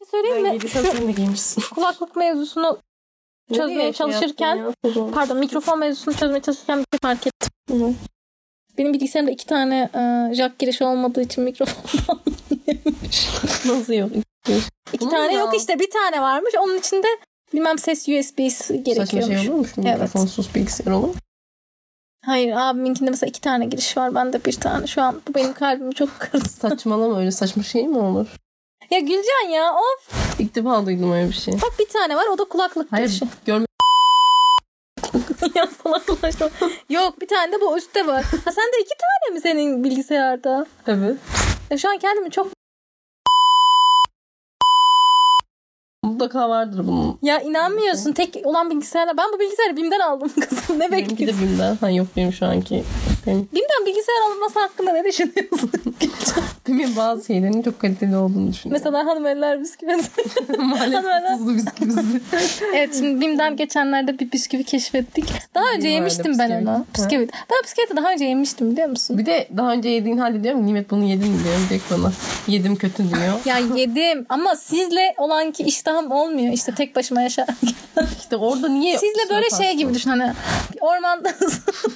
söyleyeyim mi? Sen de giymişsin. Kulaklık mevzusunu çözmeye çalışırken, mikrofon mevzusunu çözmeye çalışırken bir şey fark ettim. Hı. Benim bilgisayarımda 2 tane jack girişi olmadığı için mikrofondan yemiş. Nasıl yok? 2 tane yok işte, bir tane varmış. Onun içinde bilmem ses USB'si gerekiyormuş. Saçma şey olurmuş mu? Evet. Mikrofonsuz bilgisayar olur mu? Hayır, abiminkinde mesela 2 tane giriş var. Bende 1 tane. Şu an bu benim kalbimi çok kırdı. Saçmalama, öyle saçma şey mi olur? Ya Gülcan ya, of. İlk defa duydum öyle bir şey. Bak bir tane var, o da kulaklık girişi. Hayır, görme. Ya salaklaştım. Yok, bir tane de bu üstte var. Ha, sende 2 tane mi senin bilgisayarda? Evet. Ya şu an kendimi çok... Mutlaka vardır bunun. Ya inanmıyorsun, tek olan bilgisayarla. Ben bu bilgisayarı BİM'den aldım kızım. Ne Benimki bekliyorsun? de BİM'den. Ha yok, benim şu anki. BİM'den bilgisayar alınması hakkında ne düşünüyorsun? BİM'in bazı şeylerinin çok kaliteli olduğunu düşünüyorum. Mesela hanımeller bisküvisi. Maalesef tuzlu bisküvisi. Evet, şimdi BİM'den geçenlerde bir bisküvi keşfettik. Daha önce yemiştim ben onu. Bisküvi. Ben bisküviti daha önce yemiştim, biliyor musun? Bir de daha önce yediğin halde diyorum, Nimet bunu yedin mi diyorum direkt bana. Yedim kötü diyor. Ya yedim ama sizle olan ki iştahım olmuyor. İşte tek başıma yaşarken. İşte orada niye? Sizle böyle şey gibi düşün, hani bir ormandasın.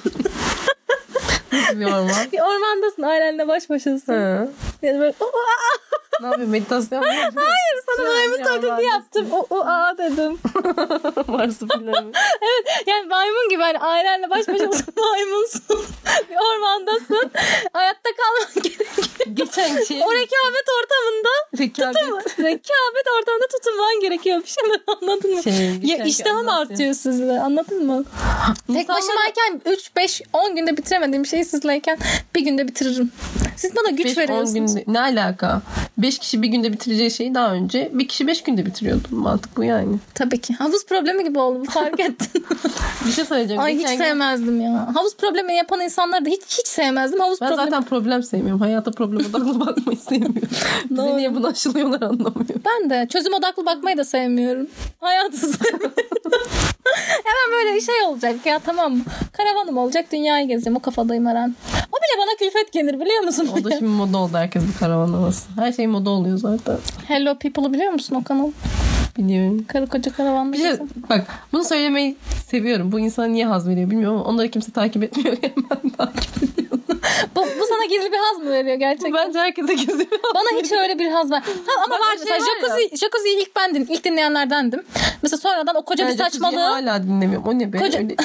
Bir orman. Bir ormandasın, ailenle baş başasın. Hı. Yani böyle Ne yapayım, meditasyon mu? hayır, sana maymun taklidi yaptım. Dedim. Varsa filan. Evet, yani maymun gibi, hani ailenle baş başasın, maymunsun. Bir ormandasın. Hayatta kalman gerekiyor. Geçen şey. O rekabet ortamında rekabet ortamında tutunman gerekiyor. Bir şeyler anladın mı? Ya iştahım artıyor sizle. Anladın mı? Tek başımayken 3, 5, 10 günde bitiremediğim şeyi sizleyken bir günde bitiririm. Siz bana güç veriyorsunuz. Ne alaka? 5 kişi bir günde bitireceği şeyi daha önce bir kişi 5 günde bitiriyordu. Mantık bu yani. Tabii ki. Havuz problemi gibi oldu, fark ettin. Bir şey söyleyeceğim. Ay hiç sevmezdim ya. Havuz problemi yapan insanları da hiç sevmezdim. Ben zaten problem sevmiyorum. Hayata problem odaklı bakmayı sevmiyorum. Bize niye bunu aşılıyorlar anlamıyorum. Ben de çözüm odaklı bakmayı da sevmiyorum. Hayatı sevmiyorum. Hemen böyle şey olacak ya, tamam mı? Karavanım olacak, dünyayı gezeceğim, o kafadayım Eren. O bile bana külfet gelir, biliyor musun? O da şimdi moda oldu, herkes bir karavan havası. Her şey moda oluyor zaten. Hello People'ı biliyor musun, o kanal? Biliyorum. Karı koca karavanlı. Bir şey, bak bunu söylemeyi seviyorum. Bu insana niye haz veriyor bilmiyorum ama onları kimse takip etmiyor. Ben takip ediyorum. bu sana gizli bir haz mı veriyor gerçekten? Bence herkese gizli bir haz. Bana hiç öyle bir haz var. Ama var mesela Jacuzzi'yi ilk bendim. İlk dinleyenlerdendim. Mesela sonradan o koca bir saçmalığı. Hala dinlemiyorum. O ne be? Koca... Öyle...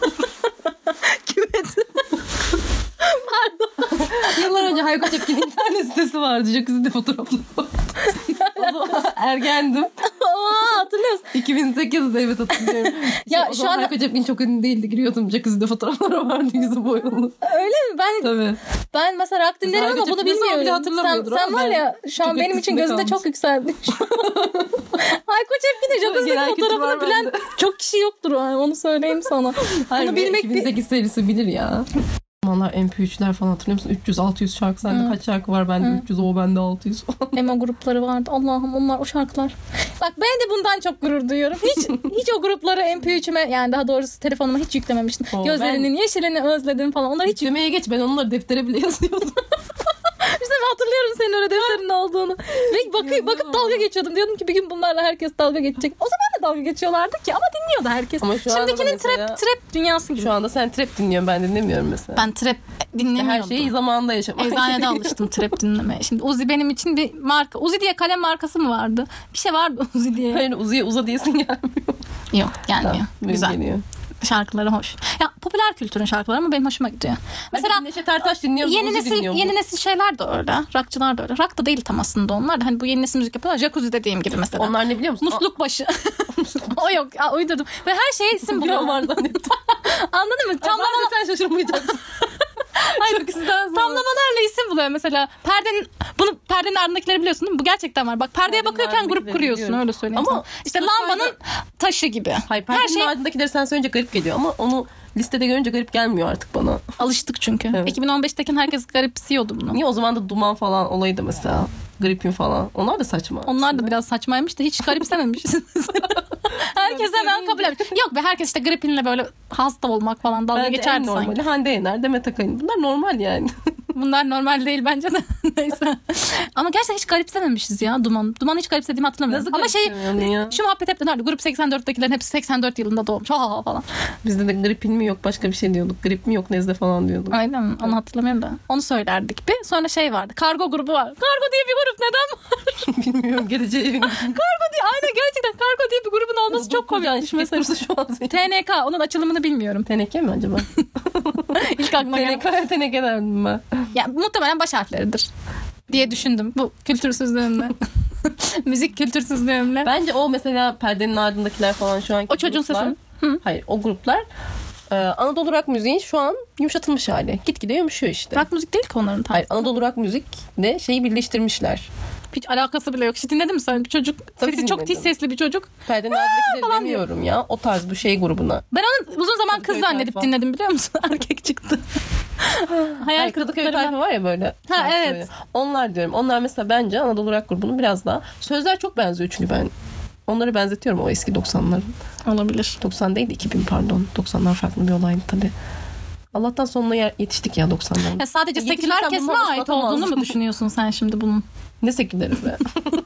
Küvet. Pardon. Yıllar önce Hayko Cepkin'in internet sitesi vardı. Jacuzzi'de fotoğrafları vardı. O zaman ergendim. Hatırlıyorsun. 2008'de evet hatırlıyorum. Ya o şu zaman anda... Hayko Cepkin çok ünlü değildi. Giriyordum, Jacuzzi'de fotoğrafları vardı yüzü boyalı. Öyle mi? Tabii. Ben mesela rock dinlerim ama bunu bilmiyorum. Bile hatırlamıyordur. Sen var ya şu an benim için gözünde çok yükseldi. Hayko Cepkin'in Jacuzzi'de fotoğrafını bilen çok kişi yoktur, onu söyleyeyim sana. Hayır, bunu bilmek 2008 serisi bilir ya. Zamanlar MP3'ler falan hatırlıyor musun? 300-600 şarkı. Sende kaç şarkı var? Bende 300, o bende 600 falan. Emo grupları vardı. Allah'ım, onlar, o şarkılar. Bak ben de bundan çok gurur duyuyorum. Hiç o grupları MP3'üme, yani daha doğrusu telefonuma hiç yüklememiştim. Gözlerinin yeşilini özledim falan. Onları hiç yüklemeye geç. Ben onları deftere bile yazıyordum. İşte hatırlıyorum senin öyle defterin olduğunu. Ve bakıp dalga geçiyordum. Diyordum ki bir gün bunlarla herkes dalga geçecek. O zaman da dalga geçiyorlardı ki, ama dinliyordu herkes. Ama şimdikinin mesela, trap dünyası gibi. Şu anda sen trap dinliyorsun, ben dinlemiyorum mesela. Ben trap dinlemiyordum. Her şeyi zamanında yaşamak. Eczanede alıştım trap dinlemeye. Şimdi Uzi benim için bir marka. Uzi diye kalem markası mı vardı? Bir şey vardı Uzi diye. Hayır, Uzi'ye uza diyesin gelmiyor. Yok, gelmiyor. Tamam, güzel. Geliyor. Şarkıları hoş. Ya popüler kültürün şarkıları ama benim hoşuma gidiyor. Mesela Neşet Ertaş dinliyorum. Yeni nesil şeyler de öyle. Rockçılar da öyle. Rock da değil tam aslında onlar da. Hani bu yeni nesil müzik yapıyorlar. Jacuzzi dediğim gibi mesela. Onlar ne biliyor musun? Musluk başı. O yok. Uydurdum. Ve her şeye isim buluyorlar. var zannettim. Anladın mı? Tamlama sen şaşırmayacaksın. Hayır, tamlamalarla isim buluyor mesela. Perdenin ardındakileri biliyorsun değil mi? Bu gerçekten var. Bak, perdeye bakıyorken grup kuruyorsun, biliyorum. Öyle söyleyeyim. Ama işte lambanın taşı gibi. Hayır, perdenin ardındakileri sen söyleyince garip geliyor ama onu listede görünce garip gelmiyor artık bana. Alıştık çünkü. Evet. 2015'teki herkes garipsiyordu bunu. Niye o zaman da duman falan olaydı mesela? Gripin falan. Onlar da saçma. Onlar da biraz saçmaymış da hiç garipsememişiz. Herkes hemen kabul etmiş. Yok be, herkes işte gripinle böyle hasta olmak falan dalga geçerdi sanki. Normali Hande Yener, Demet Akalın. Bunlar normal yani. Bunlar normal değil bence de. Neyse. Ama gerçekten hiç garipsememişiz ya Duman. Duman'ı hiç garipsediğimi hatırlamıyorum. Nasıl ama ya? Şu muhabbet hep dönerdi. Grup 84'tekilerin hepsi 84 yılında doğmuş. Ha falan. Bizde de gripin mi yok başka bir şey diyorduk. Grip mi yok nezle falan diyorduk. Aynen mi? Onu hatırlamıyorum da. Onu söylerdik bir. Sonra şey vardı. Kargo grubu var. Kargo diye bir grup neden var? Bilmiyorum geleceği evine. Kargo diye. Aynen gerçekten Kargo diye bir grubun olması çok komikmiş mesela. Şu an TNK. Onun açılımını bilmiyorum. Teneke mi acaba? İlk aklıma geldi. Teneke derdim ben. Ya muhtemelen baş harfleridir diye düşündüm bu kültürsüzlüğümle. Müzik kültürsüzlüğümle. Bence o mesela perdenin ardındakiler falan şu anki o çocuğun sesi. Hayır o gruplar Anadolu rock müziğin şu an yumuşatılmış hali. Gitgide yumuşuyor işte. Rock müzik değil ki onların tarzı. Hayır Anadolu rock müzik de şeyi birleştirmişler. Hiç alakası bile yok. Hiç dinledin mi sen? Bir çocuk. Sesi çok tiz sesli bir çocuk. Perdenin ardındakileri demiyorum ya. O tarz bu şey grubuna. Ben onu uzun zaman kız zannedip dinledim biliyor musun? Erkek çıktı. Hayal Kadıköy tayfa var ya böyle. Ha evet. Böyle. Onlar diyorum. Onlar mesela bence Anadolu rock grubunun biraz daha. Sözler çok benziyor çünkü ben onları benzetiyorum o eski 90'ların. Olabilir. 90 değil de 2000 pardon. 90'lar farklı bir olaydı tabii. Allah'tan sonuna yetiştik ya 90'ların. Sadece seküler kesime ait olduğunu mu düşünüyorsun sen şimdi bunun? Ne seküleri be?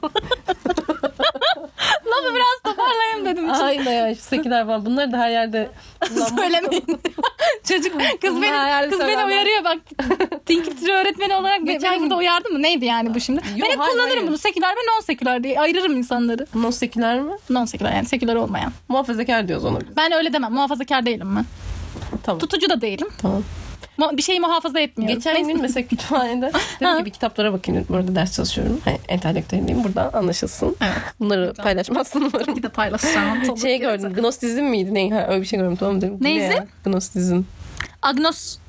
Lafı biraz toparlayayım dedim. Aynen ya şu seküler falan. Bunları da her yerde söylemeyin. Çocuk kız beni uyarıyor bak. Think öğretmeni olarak beni burada uyardı mı? Neydi yani bu şimdi? Ben hep kullanırım bunu. Seküler ve non seküler diye ayırırım insanları. Non seküler mi? Non seküler yani seküler olmayan. Muhafazakar diyoruz ona biz. Ben öyle demem. Muhafazakar değilim ben. Tamam. Tutucu da değilim. Tamam. Bir şeyi muhafaza etmiyorum. Geçen gün mesela kütüphanede dedim ki bir kitaplara bakayım. Burada ders çalışıyorum. Hani entelektüeliyim. Buradan anlaşılsın. Evet. Bunları paylaşmazsın umarım. Bir de paylaşacağım. Şey gördüm. Gnostizm miydi? Ne? Ha, öyle bir şey gördüm. Tamam dedim. Neydi? Gnostizm. Agnos.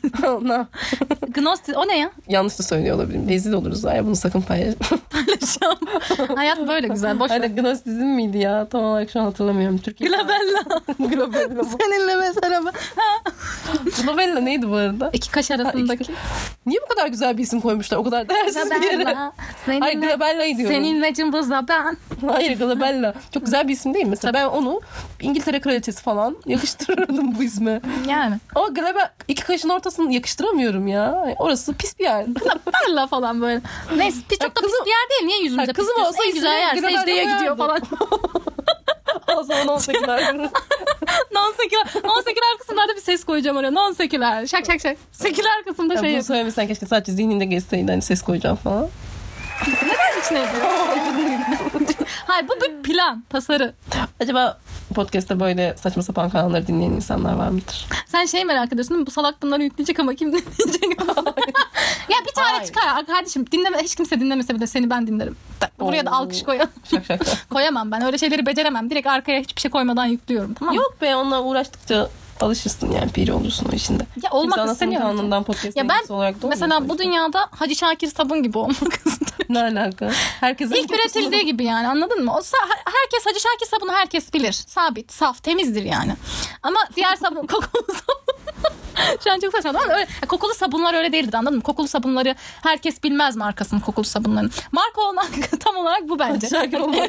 Gnostik. O ne ya? Yanlış da söylüyor olabilirim. Rezil oluruz. Ay bunu sakın paylaşacağım. Hayat böyle güzel. Boş ver. Gnostizm miydi ya? Tam olarak şu an hatırlamıyorum. Türkiye. Glabella. Glabella. Seninle mesela mı? Glabella neydi bu arada? İki kaş arasındaki. Niye bu kadar güzel bir isim koymuşlar? O kadar değersiz bir yere. Hayır Glabella'yı diyorum. Seninle cımbızla ben. Hayır Glabella. Çok güzel bir isim değil mi? Mesela ben onu İngiltere kraliçesi falan yakıştırırdım bu isme. Yani. Ama Glabella iki kaşın ortasını yakıştıramıyorum ya. Orası pis bir yer. Glabella falan böyle. Neyse çok da pis bir yer değil. Niye yüzümüze pis kızım olsa en güzel yer. Secdeye gidiyor falan. O zaman non-seküler. Non-seküler kısımlarda bir ses koyacağım oraya. Non-seküler. Şak şak şak. Seküler kısımda şey. Bunu söylemesen keşke sadece zihninde geçseydi hani ses koyacağım falan. Neden hiç neydi? Hayır bu bir plan. Tasarı. Acaba podcast'ta böyle saçma sapan kanalları dinleyen insanlar var mıdır? Sen şey merak ediyorsun değil mi? Bu salak bunları yükleyecek ama kim dinleyecek? Ya bir tane çıkar. Kardeşim hiç kimse dinlemese bile seni ben dinlerim. Buraya da alkış koyalım. Şak. Koyamam ben. Öyle şeyleri beceremem. Direkt arkaya hiçbir şey koymadan yüklüyorum. Tamam mı? Yok be onunla uğraştıkça alışırsın yani piri olursun o işinde. Ya olmak istemiyorum. Ya ben mesela bu dünyada Hacı Şakir Sabun gibi olmak istiyorum. Ne alaka? Herkesin İlk üretildiği gibi yani anladın mı? Herkes Hacı Şakir Sabun'u herkes bilir. Sabit, saf, temizdir yani. Ama diğer sabun kokulu sabun. Şu an çok saçma ama öyle, kokulu sabunlar öyle değildir anladın mı? Kokulu sabunları herkes bilmez markasının kokulu sabunlarının. Marka olmak tam olarak bu bence. Hacı Şakir olmak.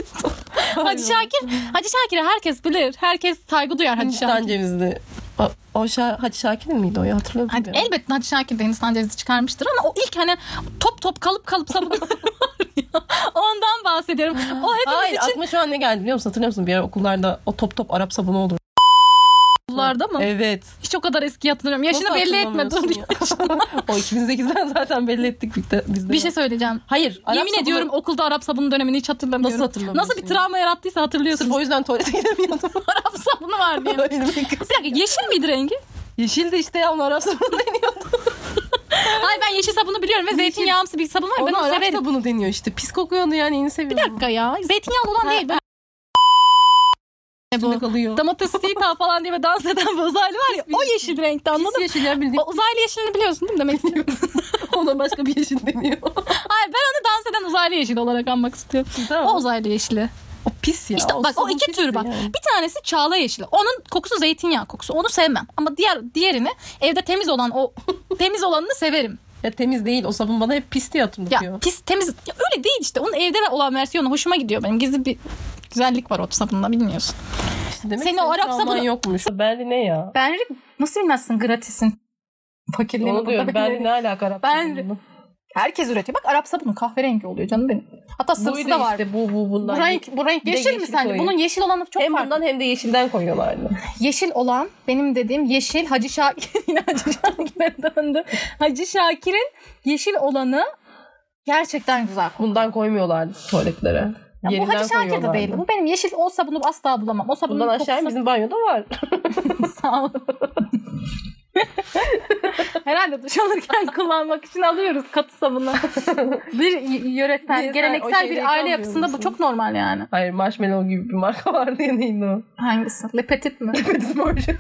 Hacı Şakir'i herkes bilir. Herkes saygı duyar Hacı Şakir. Hindistan cevizli. Hacı Şakir miydi o ya hatırlıyor musun? Elbette Hacı Şakir de Hindistan cevizi çıkarmıştır ama o ilk hani top kalıp sabun var ya. Ondan bahsediyorum. O hepimiz için. Aklıma şu an ne geldi biliyor musun? Hatırlıyor musun? Bir ara okullarda o top Arap sabunu olur. Okullarda mı? Evet. Hiç o kadar eski hatırlamıyorum. Yaşını belli etme. Dur. O 2008'den zaten belli ettik biz de. Bir şey söyleyeceğim. Hayır. Yemin ediyorum okulda Arap sabunu dönemini hiç hatırlamıyorum. Nasıl hatırlamıyorsun? Nasıl bir travma yarattıysa hatırlıyorsun. Sırf o yüzden tuvalete gidemiyordum. Arap sabunu var diye. Bir dakika yeşil miydi rengi? Yeşil de işte ya ona Arap sabunu deniyordu. Hayır ben yeşil sabunu biliyorum ve zeytinyağımsı bir sabun var. Ben onu Arap severim. sabunu deniyor işte. Pis kokuyordu yani yeni seviyorum. Bir dakika ya. Zeytinyağlı olan değil. Bu kalıyor. Domates sita falan diye dans eden bir uzaylı var ya. O yeşil renkte anladın mı? Yeşil ya bildiğin. O uzaylı yeşilini biliyorsun değil mi demek istiyorum. Ona başka bir yeşil deniyor. Hayır ben onu dans eden uzaylı yeşil olarak anmak istiyorum. Tamam. O uzaylı yeşili. O pis ya. İşte bak o iki tür bak. Yani. Bir tanesi çağla yeşili. Onun kokusu zeytinyağı kokusu. Onu sevmem. Ama diğerini evde temiz olanını severim. Ya temiz değil. O sabun bana hep pis diye hatırlatıyor. Ya pis temiz. Ya öyle değil işte. Onun evde olan versiyonu hoşuma gidiyor benim. Gizli bir güzellik var o sabunla bilmiyorsun. İşte demek senin o Arap sabunu yokmuş. Berli ne ya? Berli nasıl bilmezsin gratis'in? Fakirliğimi burada ben ne alaka Arap sabunu? Herkes üretiyor. Bak Arap sabunu kahverengi oluyor canım benim. Hatta sarısı da var. Işte bundan. Bu renk yeşil mi sence? Bunun yeşil olanı çok hem farklı. Hem bundan hem de yeşilden koyuyorlardı. Yeşil olan benim dediğim yeşil Hacı Şakir. Yine Hacı Şakir'e döndü. Hacı Şakir'in yeşil olanı gerçekten güzel. Bundan koymuyorlardı tuvaletlere. Ya bu Hacı Şakir de değil. Bu benim yeşil o sabunu asla bulamam. O sabunun bundan aşağı bizim banyoda var. Sağ ol. Herhalde duş alırken kullanmak için alıyoruz katı sabunu. Bir yöresel, geleneksel bir aile yapısında bu çok normal yani. Hayır, Marshmallow gibi bir marka vardı ya, neydi o? Hangisi? Le Petit mi? Le Petit Marshmallow.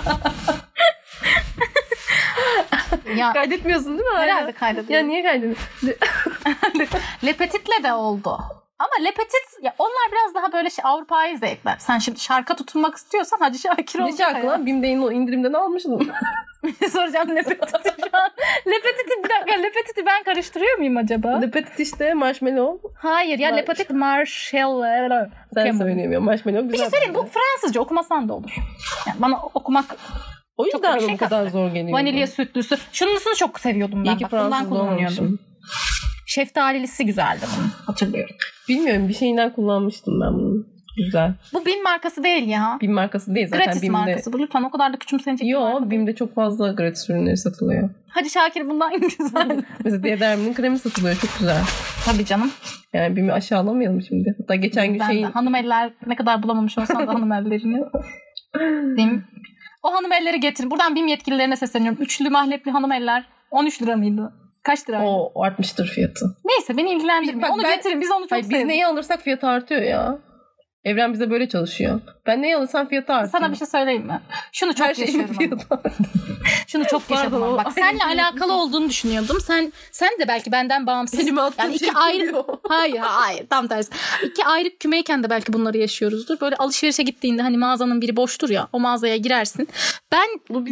Ya, kaydetmiyorsun değil mi? Herhalde kaydediyorum. Ya niye kaydediyorsun? Le Petit'le de oldu. Ama Le Petit, ya onlar biraz daha böyle Avrupa'yı zevkler. Sen şimdi şarka tutunmak istiyorsan Hacı Şakir olacak. Ne şarkı lan? BİM'de o indirimden almıştım. Soracağım Le Petit'i şu an. Le Petit'i bir dakika, Le Petit'i ben karıştırıyor muyum acaba? Le Petit işte Marshmallow. Hayır ya Le Petit Marshmallow. Sen söyleyemiyorum. Marshmallow güzel. Bir şey söyleyeyim, bu Fransızca okumasan da olur. Yani bana okumak o yüzden mi bu kadar zor geliyor? Vanilya sütlüsü. Şunlusunu çok seviyordum ben. İyi ki Fransız kullanıyordum. Şeftalilisi güzeldi bunun. Hatırlıyorum. Bilmiyorum, bir şeyinden kullanmıştım ben bunu. Güzel. Bu BİM markası değil ya. BİM markası değil zaten. Gratis markası. Bu lütfen o kadar da küçümsenecek. Yok, BİM'de çok fazla gratis ürünleri satılıyor. Hacı Şakir bundan güzel. Mesela Diadermi'nin kremi satılıyor. Çok güzel. Tabii canım. Yani BİM'i aşağılamayalım şimdi. Hatta geçen gün ben de. Hanım eller ne kadar bulamamış olsam da hanım ellerini. BİM. O hanım elleri getirin. Buradan BİM yetkililerine sesleniyorum. Üçlü mahlepli hanım eller 13 lira mıydı? Kaç liraydı? O artmıştır fiyatı. Neyse, beni ilgilendirmiyor. Onu getirin. Biz onu çok seviyoruz. Biz neyi alırsak fiyatı artıyor ya. Evren bize böyle çalışıyor. Ben neyi alırsam fiyatı artıyor. Sana bir şey söyleyeyim mi? Şunu çok yaşıyorum. Şunu çok yaşadım. Bak seninle alakalı olduğunu düşünüyordum. Sen de belki benden bağımsız. Yani iki ayrı. Hayır, tam tersi. İki ayrı kümeyken de belki bunları yaşıyoruzdur. Böyle alışverişe gittiğinde hani mağazanın biri boştur ya. O mağazaya girersin. Ben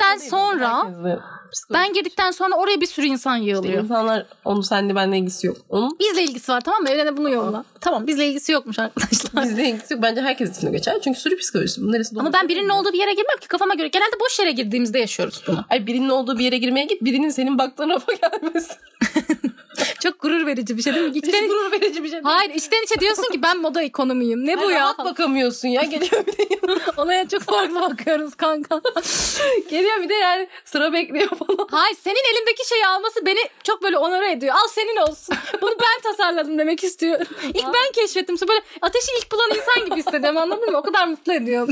girdikten sonra oraya bir sürü insan yığılıyor. İşte insanlar, onu seninle benimle ilgisi yok. Onun bizle ilgisi var, tamam mı? Evrene bunu yolla. Tamam, bizle ilgisi yokmuş arkadaşlar. Bizle ilgisi yok. Bence herkes içine geçer. Çünkü sürü psikolojisi. Ama ben birinin olduğu bir yere girmem ki, kafama göre. Genelde boş yere girdiğimizde yaşıyoruz bunu. Ay, birinin olduğu bir yere girmeye git. Birinin senin baktığın rafa gelmesin. Çok gurur verici bir şey değil mi? Gurur verici bir şey değil. Hayır, içten içe diyorsun ki ben moda ekonomiyim. Ne bu ya? Rahat bakamıyorsun ya. Geliyor bir de. Olaya çok farklı bakıyoruz kanka. Geliyor bir de yani sıra bekliyor falan. Hayır, senin elindeki şeyi alması beni çok böyle onore ediyor. Al, senin olsun. Bunu ben tasarladım demek istiyorum. İlk ben keşfettim. Böyle ateşi ilk bulan insan gibi hissediyorum, anladın mı? O kadar mutlu ediyor.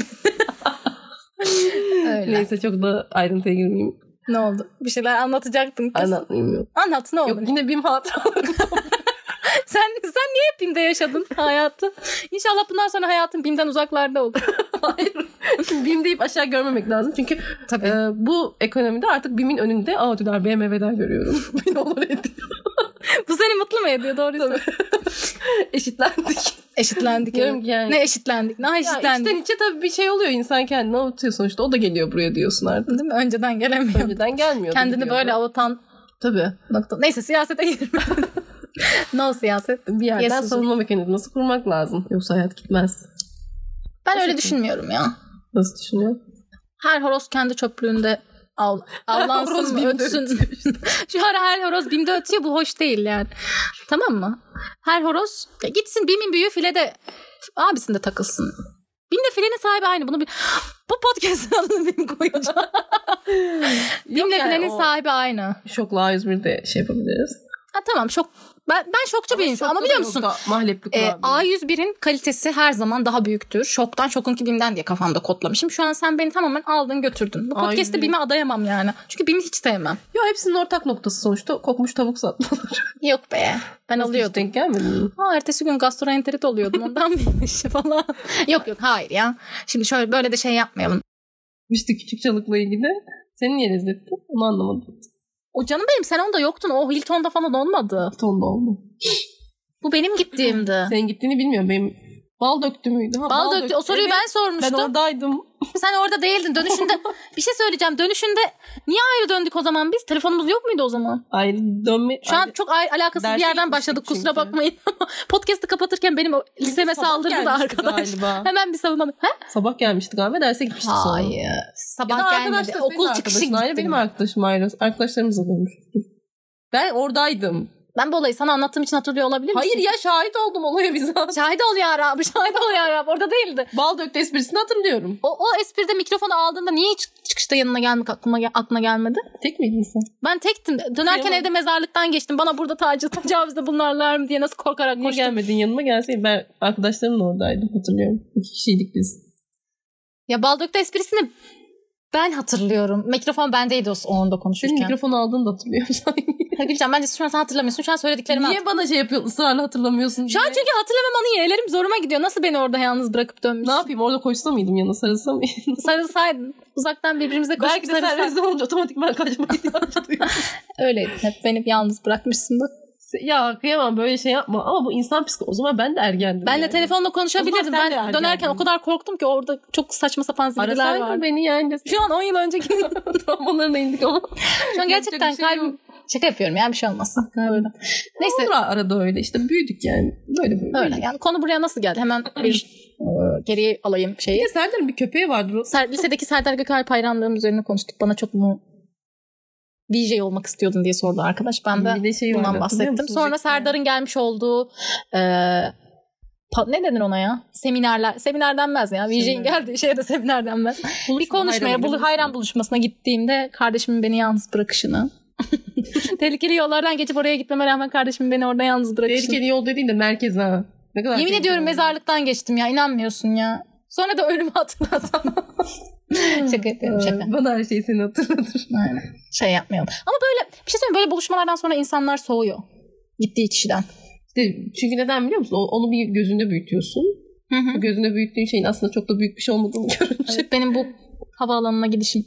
Öyle. Neyse, çok da ayrıntıya girmeyeyim. Ne oldu? Bir şeyler anlatacaktın kız. Anlatmayayım yok. Anlat, ne oldu? Yok, yine BİM hatıraları. Sen niye hep BİM'de yaşadın hayatı? İnşallah bundan sonra hayatın BİM'den uzaklarda olur. Hayır. BİM deyip aşağı görmemek lazım. Çünkü bu ekonomide artık BİM'in önünde Audi'ler, BMW'ler görüyorum. Beni onur ediyor. Bu seni mutlu mu ediyor? Doğru. Eşitlendik. Evet. Yani. Ne eşitlendik? Ne eşitlendik? İçten içe tabii bir şey oluyor. İnsan kendini avutuyor sonuçta. O da geliyor buraya diyorsun artık. Değil mi? Önceden gelemiyor. Önceden gelmiyor. Kendini böyle avutan. Tabii. Neyse, siyasete girme. No siyaset. Bir yerden savunma mekanizması kurmak lazım. Yoksa hayat gitmez. Ben öyle düşünmüyorum ya. Nasıl düşünüyorsun? Her horoz kendi çöplüğünde avlansın, ötsün. Şu ara her horoz BİM'de ötüyor. Bu hoş değil yani. Tamam mı? Her horoz gitsin BİM'in büyüğü filede abisinde takılsın. BİM'le filenin sahibi aynı. Bu podcast'ın adını BİM koyacağım. BİM'le filenin sahibi aynı. Şokla A101'de yapabiliriz. Tamam, ben şokçu bir insan ama biliyor musun? A101'in kalitesi her zaman daha büyüktür. Şokunki BİM'den diye kafamda kodlamışım. Şu an sen beni tamamen aldın götürdün. Bu podcast'te BİM'e adayamam yani. Çünkü BİM'i hiç sevmem. Yok, hepsinin ortak noktası sonuçta kokmuş tavuk satmaları. Yok be. Ben alıyordum. Hiç denk gelmedi mi? Ertesi gün gastroenterit oluyordum. Ondan mıymış falan. Yok hayır ya. Şimdi şöyle böyle de şey yapmayalım. İşte küçük çalıkla ilgili. Senin niye lezzetli? Onu anlamadım. O canım benim, sen onda yoktun. O Hilton'da falan olmadı. Hilton'da oldu. Bu benim gittiğimdi. Senin gittiğini bilmiyorum. Benim Bal döktü müydü? Bal döktü. O soruyu ben sormuştum. Ben oradaydım. Sen orada değildin. Dönüşünde bir şey söyleyeceğim. Dönüşünde niye ayrı döndük o zaman biz? Telefonumuz yok muydu o zaman? Ayrı dönme. Şu an çok alakasız bir yerden başladık. Kusura çünkü. Bakmayın. Podcast'ı kapatırken benim o liseme saldırdı da arkadaş. Galiba. Hemen bir savunma. Sabah gelmiştik abi. Derse gitmiştik sonra. Hayır. Sabah gelmedi. Okul çıkışı gittim. Ayrı benim arkadaşım ayrı. Arkadaşlarımızla dönmüştük. Ben oradaydım. Ben bu olayı sana anlattığım için hatırlıyor olabilir misin? Hayır ya, şahit oldum olaya bizzat. Şahit ol ya Rabbi. Şahit ol ya Rabbi. Orada değildi. Bal döktü esprisini hatırlıyorum. O espride mikrofonu aldığında niye hiç çıkışta yanına gelmek aklına gelmedi? Tek miydin sen? Ben tektim. Dönerken evde mezarlıktan geçtim. Bana burada tecavüzde bulunarlar mı diye nasıl korkarak Niye koştum. gelmedin yanıma, gelseydin. Ben arkadaşlarımla oradaydım, hatırlıyorum. 2 kişiydik biz. Ya bal döktü esprisini ben hatırlıyorum. Mikrofon bendeydi o anda konuşurken. Senin mikrofonu aldığını da hatırlıyorum sanki. Gülcan bence şu an sen hatırlamıyorsun. Şu an söylediklerimi Niye bana şey yapıyorsun, ısrarla hatırlamıyorsun diye. Şu an çünkü hatırlamamanın yeğlerim zoruma gidiyor. Nasıl beni orada yalnız bırakıp dönmüş? Ne yapayım, orada koşsa mıydım, yanına sarılsa mıydım? Sarılsaydın. Uzaktan birbirimize koşup belki de sen rezil olunca otomatik ben kaçma ihtiyacı duyuyorum. Öyleydi. Hep beni yalnız bırakmışsın da. Ya kıyamam, böyle şey yapma. Ama bu insan psikolojisi. O zaman ben de ergendim. Ben de telefonla konuşabilirdim. Ben dönerken o kadar korktum ki orada çok saçma sapan zibirler var. Beni yani. Şu an 10 yıl önceki travmalarına indik ama. Şu an gerçekten kalbim... Şaka yapıyorum ya, bir şey olmaz. Öyle. Neyse. Olur arada öyle işte, büyüdük yani. Böyle. Öyle yani konu buraya nasıl geldi? Hemen bir geriye alayım şeyi. Bir de Serdar'ın bir köpeği vardı. Lisedeki Serdar Gökalp hayranlığım üzerine konuştuk. Bana çok mu VJ olmak istiyordun diye sordu arkadaş. Ben de bundan bahsettim. Sonra Serdar'ın gelmiş olduğu ne denir ona ya? Seminerler. Seminer denmez ya. VJ'in geldiği şeye de seminer denmez. Bir konuşmaya, hayran buluşmasına gittiğimde kardeşimin beni yalnız bırakışını. Tehlikeli yollardan geçip oraya gitmeme rağmen kardeşimin beni orada yalnız bırakışını. Tehlikeli yol dediğin de merkez ha. Ne kadar yemin ediyorum mezarlıktan geçtim ya. İnanmıyorsun ya. Sonra da ölümü hatırladım. Şaka yapıyorum, şaka. Bana her şeyi seni hatırlatır. Aynen. Şey yapmayalım. Ama böyle bir şey söyleyeyim, böyle buluşmalardan sonra insanlar soğuyor. Gittiği kişiden. İşte çünkü neden biliyor musun? Onu bir gözünde büyütüyorsun. Bu gözünde büyüttüğün şeyin aslında çok da büyük bir şey olmadığını görünce. Evet, benim bu havaalanına gidişim.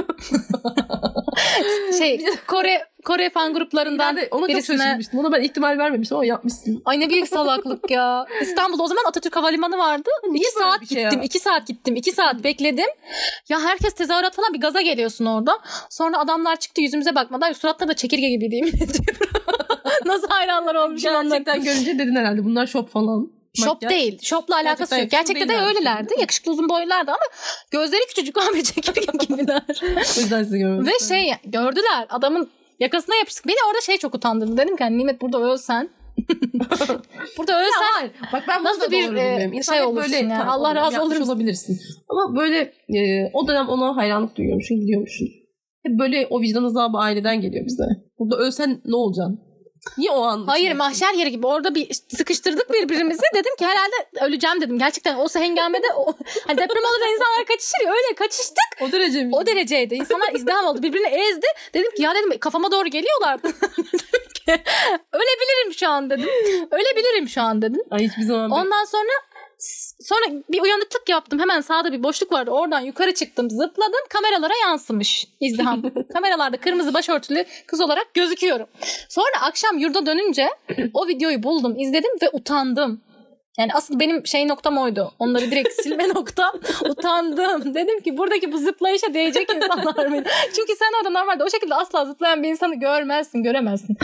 Kore fan gruplarından ona birisine... çok şaşırmıştım. Ona ben ihtimal vermemiştim ama yapmışsın. Ay ne büyük salaklık ya. İstanbul'da o zaman Atatürk Havalimanı vardı. 2 saat gittim. 2 saat gittim. 2 saat bekledim. Ya herkes tezahürat falan, bir gaza geliyorsun orada. Sonra adamlar çıktı, yüzümüze bakmadan. Suratları da çekirge gibiydi, yemin ediyorum. Nasıl hayranlar olmuş. Gerçekten görünce dedin herhalde bunlar şop falan. Şop değil. Şopla alakası yok. Gerçekten de öylelerdi. Yakışıklı uzun boylardı ama gözleri küçücük abi, çekirge gibiler. O yüzden sizi görmedim. Ve gördüler. Adamın yakasına yapıştık. Beni orada çok utandırdı. Dedim ki Nimet, burada ölsen. Burada ölsen. Ya, bak ben nasıl bir şey olursun böyle, ya. Allah razı olabilirsin. Ama böyle o dönem ona hayranlık duyuyormuşsun, gidiyormuşsun. Hep böyle o vicdan azabı aileden geliyor bize. Burada ölsen ne olacaksın? Niye o an? Hayır, mahşer yeri gibi. Orada bir sıkıştırdık birbirimizi. Dedim ki herhalde öleceğim dedim. Gerçekten o hengamede hani deprem olur da insanlar kaçışır ya, öyle kaçıştık. O derece mi? O dereceydi. İnsanlar izdiham oldu. Birbirini ezdi. Dedim ki ya dedim, kafama doğru geliyorlar. Dedim ki ölebilirim şu an dedim. Ölebilirim şu an dedim. Ay hiçbir zaman. Ondan sonra bir uyanıklık yaptım. Hemen sağda bir boşluk vardı. Oradan yukarı çıktım, zıpladım. Kameralara yansımış izdiham. Kameralarda kırmızı başörtülü kız olarak gözüküyorum. Sonra akşam yurda dönünce o videoyu buldum, izledim ve utandım. Yani asıl benim noktam oydu. Onları direkt silme noktam. Utandım. Dedim ki buradaki bu zıplayışa değecek insanlar mı? Çünkü sen orada normalde o şekilde asla zıplayan bir insanı göremezsin.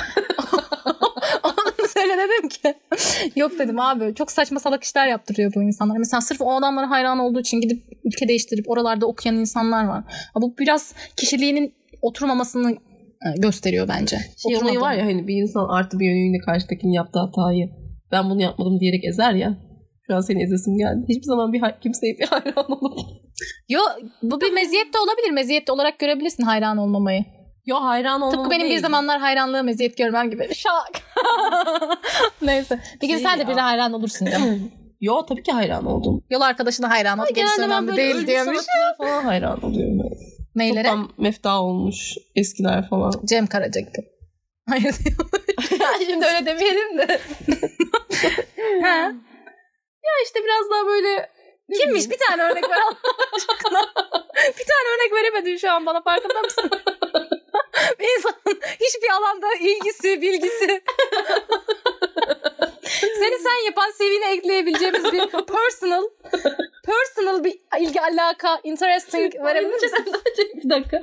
Öyle dedim ki. Yok dedim abi, çok saçma salak işler yaptırıyor bu insanlar. Mesela sırf o adamlara hayran olduğu için gidip ülke değiştirip oralarda okuyan insanlar var. Bu biraz kişiliğinin oturmamasını gösteriyor bence. Olayı var ya, hani bir insan artı bir yönüyle karşıdakinin yaptığı hatayı ben bunu yapmadım diyerek ezer ya. Şu an seni ezesim geldi. Hiçbir zaman kimseye bir hayran olup. Yok, bu bir meziyet de olabilir. Meziyet olarak görebilirsin hayran olmamayı. Yo, hayran olmam tıpkı benim değil. Bir zamanlar hayranlığı meziyet görmem gibi. Şak. Neyse. Bir gün sen de birine hayran olursun canım. Yo, tabii ki hayran oldum. Yol arkadaşına hayran ol. Gerisi önemli değil diyormuş. Falan hayran oluyorum. Neylere? Toplam mefta olmuş eskiler falan. Cem Karaca gibi. Hayır diyor. Şimdi öyle demeyelim de. Ha. Ya işte biraz daha böyle. Kimmiş? Bir tane örnek ver Allah aşkına. Bir tane örnek veremedin şu an bana, farkında mısın? Bir insanın hiçbir alanda ilgisi, bilgisi. Seni sen yapan CV'ne ekleyebileceğimiz bir personal bir ilgi alaka interesting verebilir misin? Bir dakika.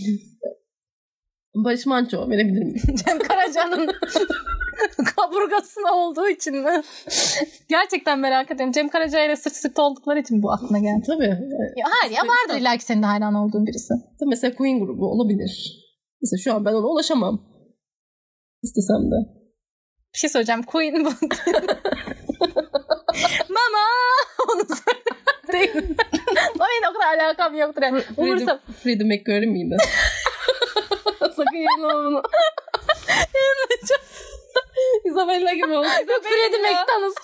Barış Manço verebilir miyim? Cem Karaca'nın kaburgasına olduğu için mi? Gerçekten merak ediyorum. Cem Karaca ile sırt oldukları için bu aklına geldi. Tabii. Ya hayır ya vardır illa ki senin de hayran olduğun birisi. Tabii mesela Queen grubu olabilir. Mesela şu an ben ona ulaşamam. İstesem de. Bir şey söyleyeceğim. Queen bu. Mama! Onu söyle. Benim o kadar alakam yoktur. Yani. Freddie Mercury miydi? Sakın yayınlama bunu. Isabella gibi oldu. Freddie McDonald's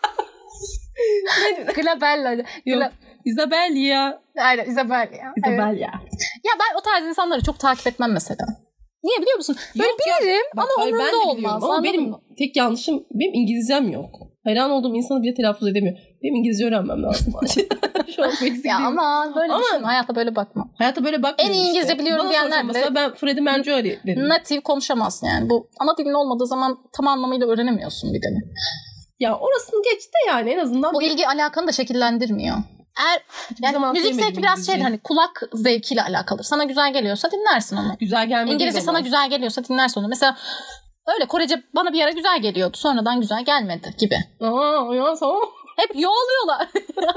Glabella. Yok. Isabella. Aynen Isabella. Isabella. Evet. Ya ben o tarz insanları çok takip etmem mesela. Niye biliyor musun? Böyle bilirim ama umurumda olmaz. Ama benim tek yanlışım benim İngilizcem yok. Hayran olduğum insanı bile telaffuz edemiyor. Benim İngilizce öğrenmem lazım. Şu an eksik ya ama böyle düşün. Hayata böyle bakma. Hayata böyle bakmıyorum. En iyi İngilizce biliyorum diyenler bile. Mesela ben Freddie Mercury dedim. Native konuşamazsın yani. Bu ana dilin olmadığı zaman tam anlamıyla öğrenemiyorsun bir de. Ya orasını geç de yani en azından. Bu ilgi alakanı da şekillendirmiyor. Yani müzik zevki biraz hani kulak zevkiyle alakalı. Sana güzel geliyorsa dinlersin onu. Güzel gelmediği İngilizce sana güzel geliyorsa dinlersin onu. Mesela öyle Korece bana bir ara güzel geliyordu. Sonradan güzel gelmedi gibi. Ya tamam. Hep yo oluyorlar.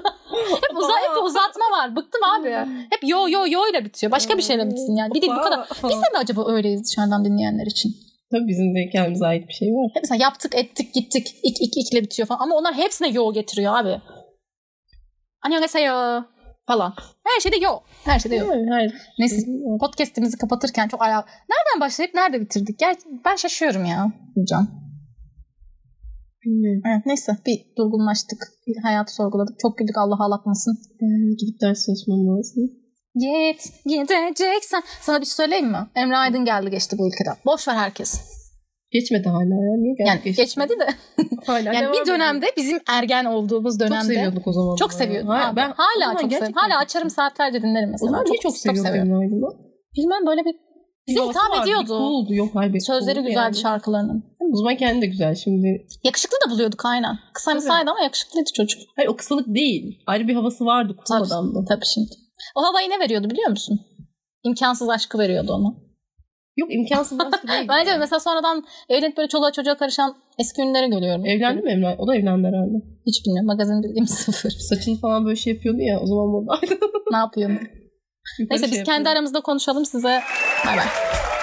hep uzatma var. Bıktım abi. Hep yo ile bitiyor. Başka bir şeyle bitsin yani. Bir de bu kadar. Biz de mi acaba öyleyiz dışarıdan dinleyenler için? Tabii bizim de kendimize ait bir şey var. Hep mesela yaptık, ettik, gittik. İkle bitiyor falan. Ama onlar hepsine yo getiriyor abi. Annyeonghaseyo falan. Her şeyde yo. Her şeyde yo. Hayır. Neyse podcast'imizi kapatırken çok nereden başlayıp nerede bitirdik? Ben şaşıyorum ya hocam. Bilmiyorum. Evet, neyse bir durgunlaştık. Bir hayatı sorguladık. Çok güldük Allah ağlatmasın. Gidip ders çalışmam lazım. Gideceksen. Sana bir şey söyleyeyim mi? Emre Aydın geldi geçti bu ülkeden. Boş ver herkes. Geçmedi hala ya. Niye geldi yani geçti? Geçmedi de. Hala yani bir dönemde bizim ergen olduğumuz dönemde. Çok seviyorduk o zaman. Çok seviyordum. Ben hala çok seviyorum. Hala açarım saatlerce dinlerim mesela. O zaman niye çok seviyordum Emre Aydın'ı? Bilmem böyle bir bize hitap ediyordu. Cool'du. Yok hayır. Sözleri güzeldi yani. Şarkılarının. O zaman kendi de güzel şimdi. Yakışıklı da buluyorduk aynen. Kısamsaydı ama yakışıklıydı çocuk. Hayır o kısalık değil. Ayrı bir havası vardı. Cool adamdı. Tabii şimdi. O havayı ne veriyordu biliyor musun? İmkansız aşkı veriyordu ona. Yok imkansız aşkı değil. Bence yani. Mesela sonradan evlenip böyle çoluğa çocuğa karışan eski ünlüleri görüyorum. Evlendi mi Emre? O da evlendi herhalde. Hiç bilmiyorum. Magazin bildiğim sıfır. Saçını falan böyle şey yapıyordu ya. O zaman buradaydı. Ne yapıyor? Neyse biz kendi aramızda konuşalım size. Bay bay.